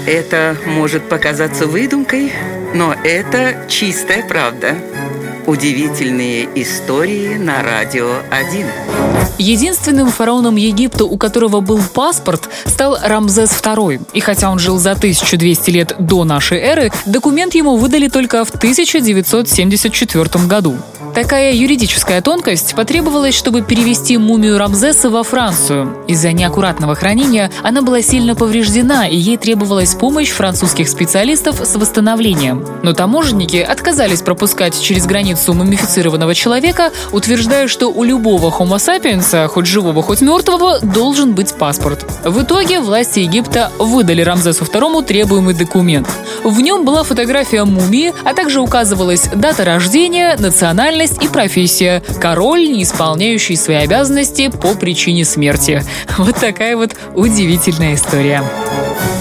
Это может показаться выдумкой, но это чистая правда. Удивительные истории на Радио 1. Единственным фараоном Египта, у которого был паспорт, стал Рамзес II. И хотя он жил за 1200 лет до нашей эры, документ ему выдали только в 1974 году. Такая юридическая тонкость потребовалась, чтобы перевести мумию Рамзеса во Францию. Из-за неаккуратного хранения она была сильно повреждена, и ей требовалась помощь французских специалистов с восстановлением. Но таможенники отказались пропускать через границу мумифицированного человека, утверждая, что у любого Homo sapiens, хоть живого, хоть мертвого, должен быть паспорт. В итоге власти Египта выдали Рамзесу II требуемый документ. В нем была фотография мумии, а также указывалась дата рождения, национальность и профессия. Король, не исполняющий свои обязанности по причине смерти. Вот такая вот удивительная история.